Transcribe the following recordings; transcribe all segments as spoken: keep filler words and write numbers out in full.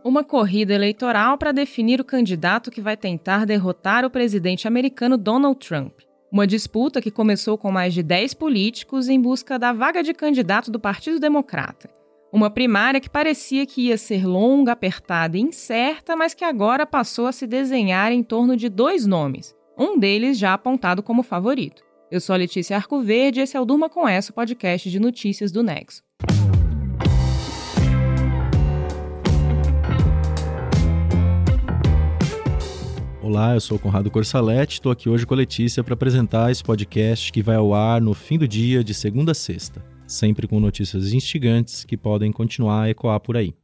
Uma corrida eleitoral para definir o candidato que vai tentar derrotar o presidente americano Donald Trump. Uma disputa que começou com mais de dez políticos em busca da vaga de candidato do Partido Democrata. Uma primária que parecia que ia ser longa, apertada e incerta, mas que agora passou a se desenhar em torno de dois nomes, um deles já apontado como favorito. Eu sou a Letícia Arcoverde e esse é o Durma Com Essa, o podcast de notícias do Nexo. Olá, eu sou o Conrado Corsaletti, estou aqui hoje com a Letícia para apresentar esse podcast que vai ao ar no fim do dia, de segunda a sexta, sempre com notícias instigantes que podem continuar a ecoar por aí.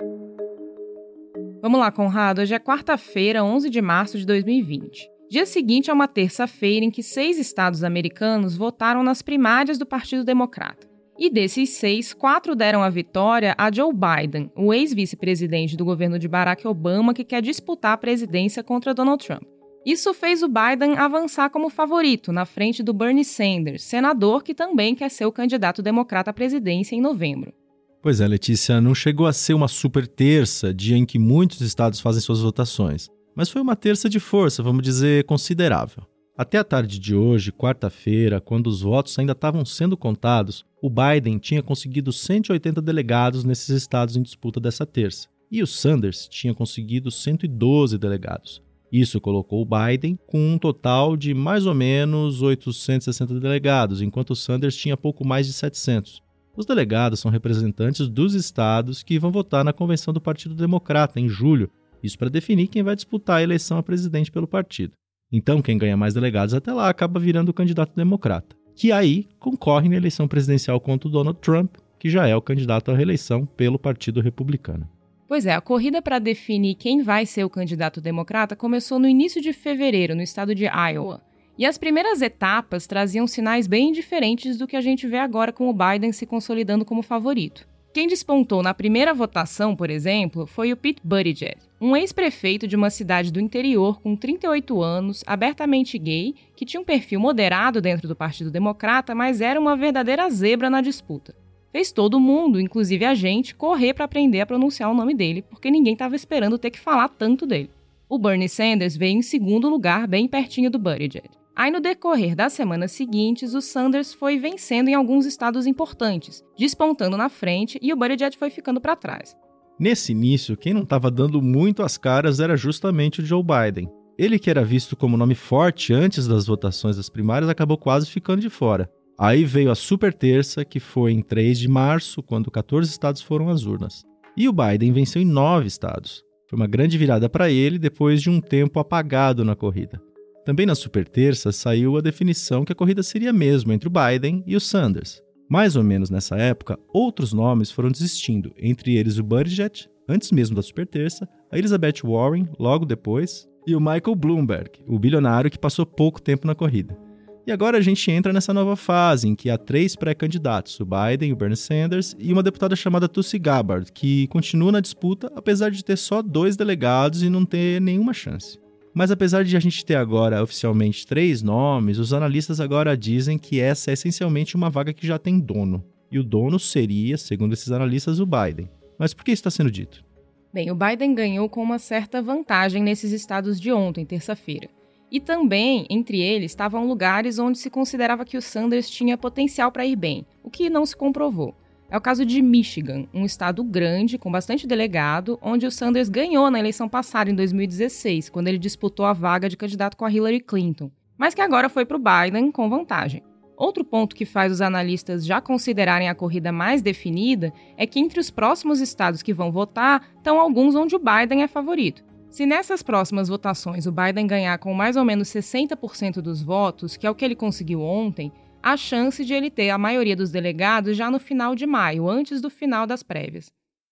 Vamos lá, Conrado. Hoje é quarta-feira, onze de março de dois mil e vinte. Dia seguinte é uma terça-feira em que seis estados americanos votaram nas primárias do Partido Democrata. E desses seis, quatro deram a vitória a Joe Biden, o ex-vice-presidente do governo de Barack Obama, que quer disputar a presidência contra Donald Trump. Isso fez o Biden avançar como favorito, na frente do Bernie Sanders, senador que também quer ser o candidato democrata à presidência em novembro. Pois é, Letícia, não chegou a ser uma super terça, dia em que muitos estados fazem suas votações, mas foi uma terça de força, vamos dizer, considerável. Até a tarde de hoje, quarta-feira, quando os votos ainda estavam sendo contados, o Biden tinha conseguido cento e oitenta delegados nesses estados em disputa dessa terça, e o Sanders tinha conseguido cento e doze delegados. Isso colocou o Biden com um total de mais ou menos oitocentos e sessenta delegados, enquanto o Sanders tinha pouco mais de setecentos. Os delegados são representantes dos estados que vão votar na convenção do Partido Democrata em julho, isso para definir quem vai disputar a eleição a presidente pelo partido. Então, quem ganha mais delegados até lá acaba virando o candidato democrata, que aí concorre na eleição presidencial contra o Donald Trump, que já é o candidato à reeleição pelo Partido Republicano. Pois é, a corrida para definir quem vai ser o candidato democrata começou no início de fevereiro, no estado de Iowa. E as primeiras etapas traziam sinais bem diferentes do que a gente vê agora com o Biden se consolidando como favorito. Quem despontou na primeira votação, por exemplo, foi o Pete Buttigieg, um ex-prefeito de uma cidade do interior com trinta e oito anos, abertamente gay, que tinha um perfil moderado dentro do Partido Democrata, mas era uma verdadeira zebra na disputa. Fez todo mundo, inclusive a gente, correr para aprender a pronunciar o nome dele, porque ninguém estava esperando ter que falar tanto dele. O Bernie Sanders veio em segundo lugar, bem pertinho do Buttigieg. Aí, no decorrer das semanas seguintes, o Sanders foi vencendo em alguns estados importantes, despontando na frente, e o Buttigieg foi ficando para trás. Nesse início, quem não estava dando muito as caras era justamente o Joe Biden. Ele, que era visto como nome forte antes das votações das primárias, acabou quase ficando de fora. Aí veio a super terça, que foi em três de março, quando quatorze estados foram às urnas. E o Biden venceu em nove estados. Foi uma grande virada para ele depois de um tempo apagado na corrida. Também na super terça saiu a definição que a corrida seria mesmo entre o Biden e o Sanders. Mais ou menos nessa época, outros nomes foram desistindo, entre eles o Buttigieg, antes mesmo da super terça, a Elizabeth Warren, logo depois, e o Michael Bloomberg, o bilionário que passou pouco tempo na corrida. E agora a gente entra nessa nova fase em que há três pré-candidatos, o Biden, o Bernie Sanders e uma deputada chamada Tulsi Gabbard, que continua na disputa apesar de ter só dois delegados e não ter nenhuma chance. Mas apesar de a gente ter agora oficialmente três nomes, os analistas agora dizem que essa é essencialmente uma vaga que já tem dono. E o dono seria, segundo esses analistas, o Biden. Mas por que isso está sendo dito? Bem, o Biden ganhou com uma certa vantagem nesses estados de ontem, terça-feira. E também, entre eles, estavam lugares onde se considerava que o Sanders tinha potencial para ir bem, o que não se comprovou. É o caso de Michigan, um estado grande, com bastante delegado, onde o Sanders ganhou na eleição passada, em dois mil e dezesseis, quando ele disputou a vaga de candidato com a Hillary Clinton, mas que agora foi para o Biden com vantagem. Outro ponto que faz os analistas já considerarem a corrida mais definida é que entre os próximos estados que vão votar, estão alguns onde o Biden é favorito. Se nessas próximas votações o Biden ganhar com mais ou menos sessenta por cento dos votos, que é o que ele conseguiu ontem, a chance de ele ter a maioria dos delegados já no final de maio, antes do final das prévias.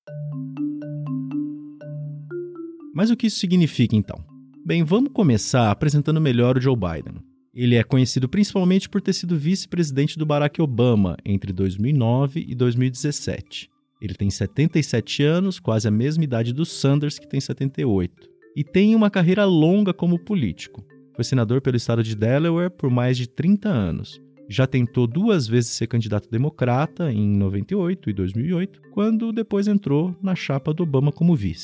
Mas o que isso significa, então? Bem, vamos começar apresentando melhor o Joe Biden. Ele é conhecido principalmente por ter sido vice-presidente do Barack Obama entre dois mil e nove e dois mil e dezessete. Ele tem setenta e sete anos, quase a mesma idade do Sanders, que tem setenta e oito. E tem uma carreira longa como político. Foi senador pelo estado de Delaware por mais de trinta anos. Já tentou duas vezes ser candidato democrata, em noventa e oito e dois mil e oito, quando depois entrou na chapa do Obama como vice.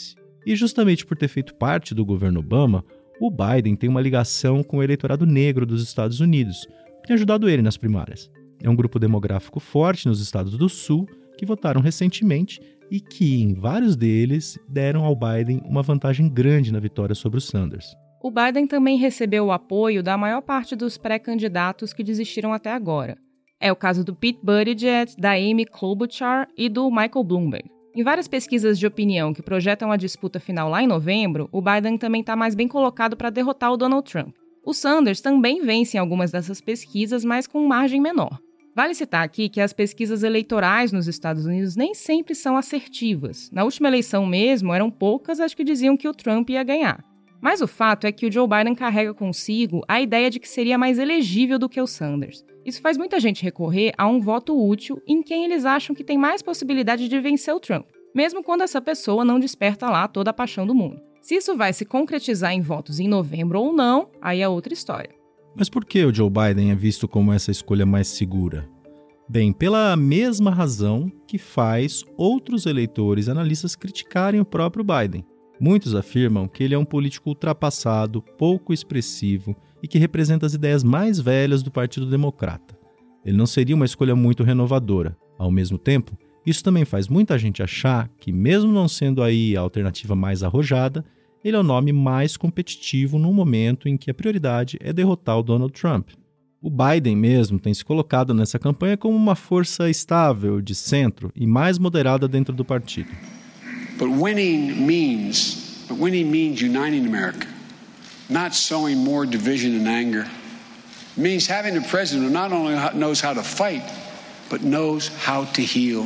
E justamente por ter feito parte do governo Obama, o Biden tem uma ligação com o eleitorado negro dos Estados Unidos, que tem ajudado ele nas primárias. É um grupo demográfico forte nos estados do Sul que votaram recentemente e que, em vários deles, deram ao Biden uma vantagem grande na vitória sobre o Sanders. O Biden também recebeu o apoio da maior parte dos pré-candidatos que desistiram até agora. É o caso do Pete Buttigieg, da Amy Klobuchar e do Michael Bloomberg. Em várias pesquisas de opinião que projetam a disputa final lá em novembro, o Biden também está mais bem colocado para derrotar o Donald Trump. O Sanders também vence em algumas dessas pesquisas, mas com margem menor. Vale citar aqui que as pesquisas eleitorais nos Estados Unidos nem sempre são assertivas. Na última eleição mesmo, eram poucas as que diziam que o Trump ia ganhar. Mas o fato é que o Joe Biden carrega consigo a ideia de que seria mais elegível do que o Sanders. Isso faz muita gente recorrer a um voto útil em quem eles acham que tem mais possibilidade de vencer o Trump, mesmo quando essa pessoa não desperta lá toda a paixão do mundo. Se isso vai se concretizar em votos em novembro ou não, aí é outra história. Mas por que o Joe Biden é visto como essa escolha mais segura? Bem, pela mesma razão que faz outros eleitores e analistas criticarem o próprio Biden. Muitos afirmam que ele é um político ultrapassado, pouco expressivo e que representa as ideias mais velhas do Partido Democrata. Ele não seria uma escolha muito renovadora. Ao mesmo tempo, isso também faz muita gente achar que, mesmo não sendo aí a alternativa mais arrojada, ele é o nome mais competitivo no momento em que a prioridade é derrotar o Donald Trump. O Biden mesmo tem se colocado nessa campanha como uma força estável, de centro e mais moderada dentro do partido. But winning means, but winning means uniting America, not sowing more division and anger. It means having a president who not only knows how to fight, but knows how to heal.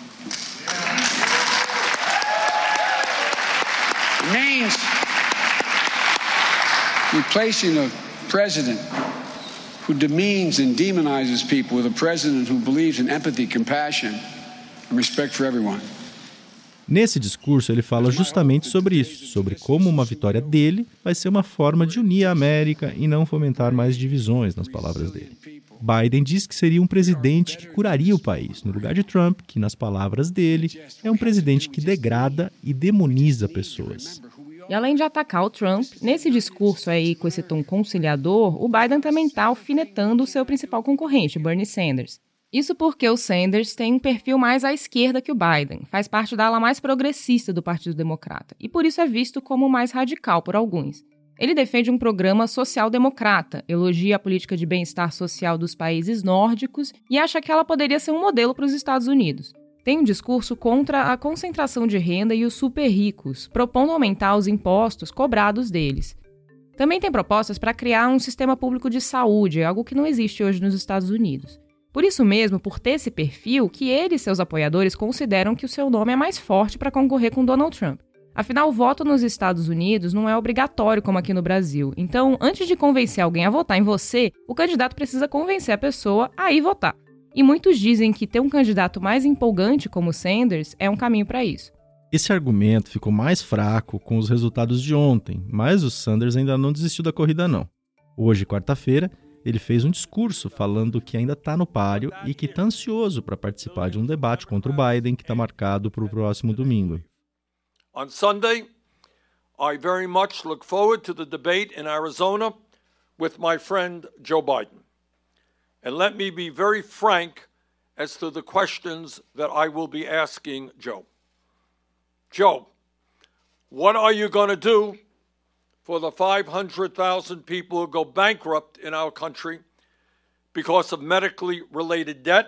It means replacing a president who demeans and demonizes people with a president who believes in empathy, compassion, and respect for everyone. Nesse discurso, ele fala justamente sobre isso, sobre como uma vitória dele vai ser uma forma de unir a América e não fomentar mais divisões, nas palavras dele. Biden diz que seria um presidente que curaria o país, no lugar de Trump, que, nas palavras dele, é um presidente que degrada e demoniza pessoas. E além de atacar o Trump, nesse discurso aí com esse tom conciliador, o Biden também está alfinetando o seu principal concorrente, Bernie Sanders. Isso porque o Sanders tem um perfil mais à esquerda que o Biden, faz parte da ala mais progressista do Partido Democrata, e por isso é visto como mais radical por alguns. Ele defende um programa social-democrata, elogia a política de bem-estar social dos países nórdicos e acha que ela poderia ser um modelo para os Estados Unidos. Tem um discurso contra a concentração de renda e os super ricos, propondo aumentar os impostos cobrados deles. Também tem propostas para criar um sistema público de saúde, algo que não existe hoje nos Estados Unidos. Por isso mesmo, por ter esse perfil, que ele e seus apoiadores consideram que o seu nome é mais forte para concorrer com Donald Trump. Afinal, o voto nos Estados Unidos não é obrigatório como aqui no Brasil. Então, antes de convencer alguém a votar em você, o candidato precisa convencer a pessoa a ir votar. E muitos dizem que ter um candidato mais empolgante como Sanders é um caminho para isso. Esse argumento ficou mais fraco com os resultados de ontem, mas o Sanders ainda não desistiu da corrida não. Hoje, quarta-feira, ele fez um discurso falando que ainda está no páreo e que está ansioso para participar de um debate contra o Biden que está marcado para o próximo domingo. On Sunday, I very much look forward to the debate in Arizona with my friend Joe Biden. And let me be very frank as to the questions that I will be asking Joe. Joe, what are you going to do for the five hundred thousand people who go bankrupt in our country because of medically related debt?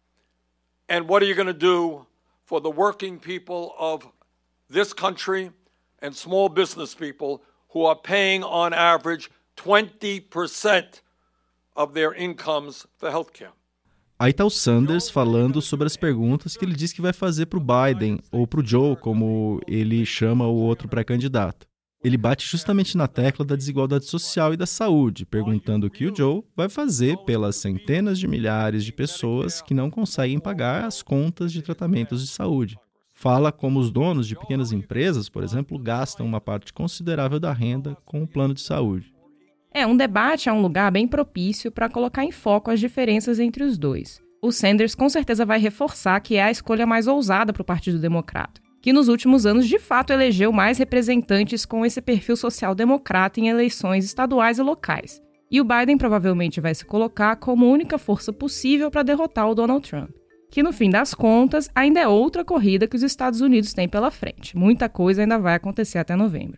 And what are you going to do for the working people of this country and small business people who are paying on average twenty percent of their incomes for healthcare? Aí está o Sanders falando sobre as perguntas que ele diz que vai fazer para o Biden, ou para o Joe, como ele chama o outro pré-candidato. Ele bate justamente na tecla da desigualdade social e da saúde, perguntando o que o Joe vai fazer pelas centenas de milhares de pessoas que não conseguem pagar as contas de tratamentos de saúde. Fala como os donos de pequenas empresas, por exemplo, gastam uma parte considerável da renda com o plano de saúde. É, um debate é um lugar bem propício para colocar em foco as diferenças entre os dois. O Sanders com certeza vai reforçar que é a escolha mais ousada para o Partido Democrata. que nos últimos anos de fato elegeu mais representantes com esse perfil social-democrata em eleições estaduais e locais. E o Biden provavelmente vai se colocar como única força possível para derrotar o Donald Trump, que no fim das contas ainda é outra corrida que os Estados Unidos têm pela frente. Muita coisa ainda vai acontecer até novembro.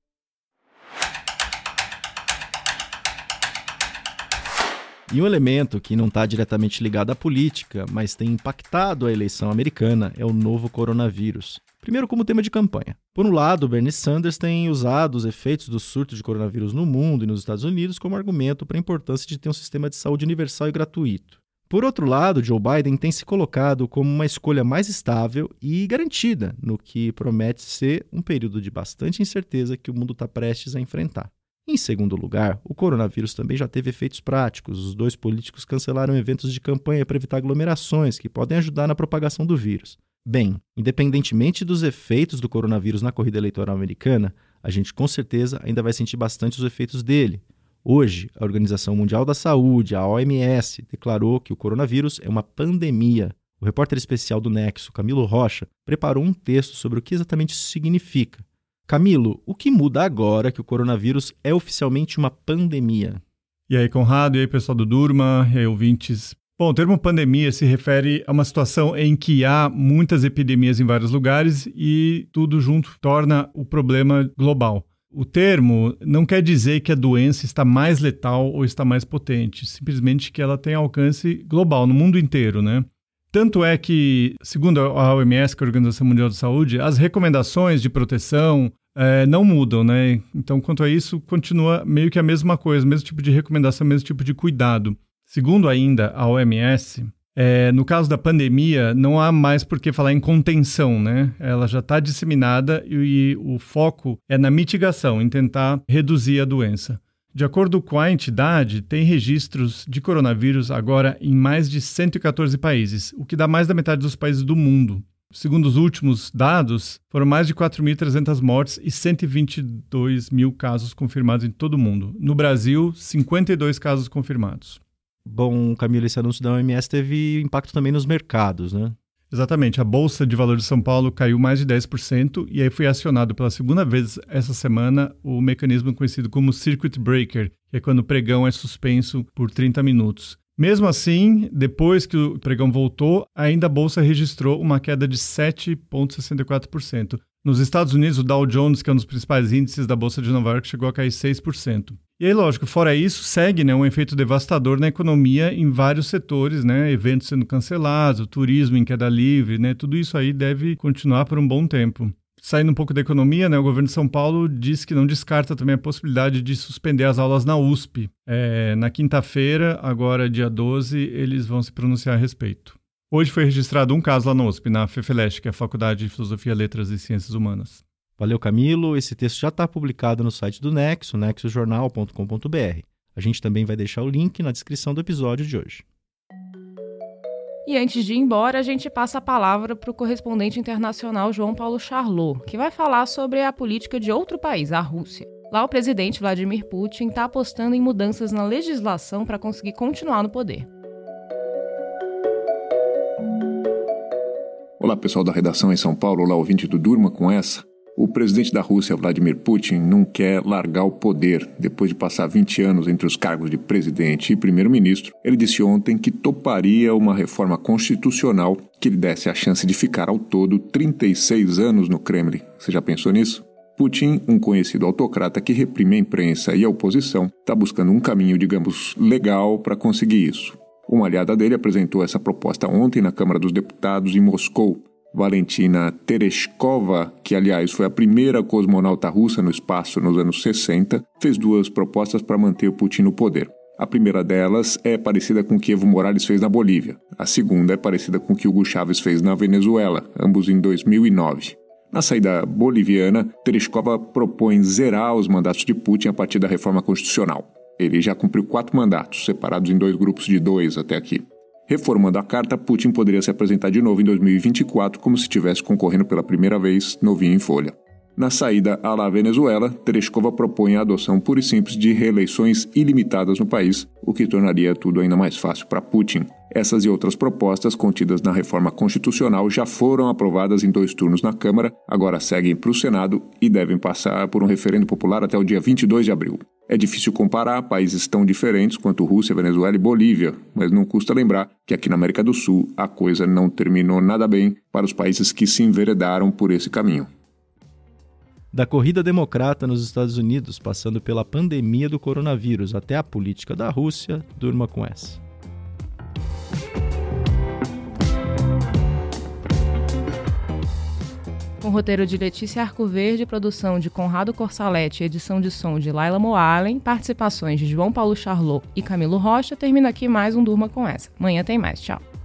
E um elemento que não está diretamente ligado à política, mas tem impactado a eleição americana, é o novo coronavírus. Primeiro como tema de campanha. Por um lado, Bernie Sanders tem usado os efeitos do surto de coronavírus no mundo e nos Estados Unidos como argumento para a importância de ter um sistema de saúde universal e gratuito. Por outro lado, Joe Biden tem se colocado como uma escolha mais estável e garantida no que promete ser um período de bastante incerteza que o mundo está prestes a enfrentar. Em segundo lugar, o coronavírus também já teve efeitos práticos. Os dois políticos cancelaram eventos de campanha para evitar aglomerações que podem ajudar na propagação do vírus. Bem, independentemente dos efeitos do coronavírus na corrida eleitoral americana, a gente com certeza ainda vai sentir bastante os efeitos dele. Hoje, a Organização Mundial da Saúde, a O M S, declarou que o coronavírus é uma pandemia. O repórter especial do Nexo, Camilo Rocha, preparou um texto sobre o que exatamente isso significa. Camilo, o que muda agora que o coronavírus é oficialmente uma pandemia? E aí, Conrado, e aí, pessoal do Durma, e aí, ouvintes. Bom, o termo pandemia se refere a uma situação em que há muitas epidemias em vários lugares e tudo junto torna o problema global. O termo não quer dizer que a doença está mais letal ou está mais potente, simplesmente que ela tem alcance global, no mundo inteiro, né? Tanto é que, segundo a O M S, que é a Organização Mundial de Saúde, as recomendações de proteção é, não mudam, né? Então, quanto a isso, continua meio que a mesma coisa, mesmo tipo de recomendação, mesmo tipo de cuidado. Segundo ainda a O M S, é, no caso da pandemia, não há mais por que falar em contenção, né? Ela já está disseminada e, e o foco é na mitigação, em tentar reduzir a doença. De acordo com a entidade, tem registros de coronavírus agora em mais de cento e catorze países, o que dá mais da metade dos países do mundo. Segundo os últimos dados, foram mais de quatro mil e trezentas mortes e cento e vinte e dois mil casos confirmados em todo o mundo. No Brasil, cinquenta e dois casos confirmados. Bom, Camilo, esse anúncio da O M S teve impacto também nos mercados, né? Exatamente. A Bolsa de Valores de São Paulo caiu mais de dez por cento e aí foi acionado pela segunda vez essa semana o mecanismo conhecido como Circuit Breaker, que é quando o pregão é suspenso por trinta minutos. Mesmo assim, depois que o pregão voltou, ainda a Bolsa registrou uma queda de sete vírgula sessenta e quatro por cento. Nos Estados Unidos, o Dow Jones, que é um dos principais índices da Bolsa de Nova York, chegou a cair seis por cento. E aí, lógico, fora isso, segue, né, um efeito devastador na economia em vários setores, né, eventos sendo cancelados, turismo em queda livre, né, tudo isso aí deve continuar por um bom tempo. Saindo um pouco da economia, né, o governo de São Paulo diz que não descarta também a possibilidade de suspender as aulas na U S P. É, na quinta-feira, agora dia doze, eles vão se pronunciar a respeito. Hoje foi registrado um caso lá na U S P, na FEFELESH, que é a Faculdade de Filosofia, Letras e Ciências Humanas. Valeu, Camilo. Esse texto já está publicado no site do Nexo, nexo jornal ponto com ponto b r. A gente também vai deixar o link na descrição do episódio de hoje. E antes de ir embora, a gente passa a palavra para o correspondente internacional João Paulo Charlot, que vai falar sobre a política de outro país, a Rússia. Lá o presidente Vladimir Putin está apostando em mudanças na legislação para conseguir continuar no poder. Olá, pessoal da redação em São Paulo. Olá, ouvinte do Durma com essa. O presidente da Rússia, Vladimir Putin, não quer largar o poder. Depois de passar vinte anos entre os cargos de presidente e primeiro-ministro, ele disse ontem que toparia uma reforma constitucional que lhe desse a chance de ficar ao todo trinta e seis anos no Kremlin. Você já pensou nisso? Putin, um conhecido autocrata que reprime a imprensa e a oposição, está buscando um caminho, digamos, legal para conseguir isso. Uma aliada dele apresentou essa proposta ontem na Câmara dos Deputados em Moscou. Valentina Tereshkova, que aliás foi a primeira cosmonauta russa no espaço nos anos sessenta, fez duas propostas para manter o Putin no poder. A primeira delas é parecida com o que Evo Morales fez na Bolívia. A segunda é parecida com o que Hugo Chávez fez na Venezuela, ambos em dois mil e nove. Na saída boliviana, Tereshkova propõe zerar os mandatos de Putin a partir da reforma constitucional. Ele já cumpriu quatro mandatos, separados em dois grupos de dois até aqui. Reformando a carta, Putin poderia se apresentar de novo em dois mil e vinte e quatro, como se estivesse concorrendo pela primeira vez novinho em folha. Na saída à la Venezuela, Tereshkova propõe a adoção pura e simples de reeleições ilimitadas no país, o que tornaria tudo ainda mais fácil para Putin. Essas e outras propostas contidas na reforma constitucional já foram aprovadas em dois turnos na Câmara, agora seguem para o Senado e devem passar por um referendo popular até o dia vinte e dois de abril. É difícil comparar países tão diferentes quanto Rússia, Venezuela e Bolívia, mas não custa lembrar que aqui na América do Sul a coisa não terminou nada bem para os países que se enveredaram por esse caminho. Da corrida democrata nos Estados Unidos, passando pela pandemia do coronavírus até a política da Rússia, durma com essa. Com roteiro de Letícia Arcoverde, produção de Conrado Corsaletti e edição de som de Laila Moalen, participações de João Paulo Charlot e Camilo Rocha, termina aqui mais um Durma com essa. Amanhã tem mais. Tchau.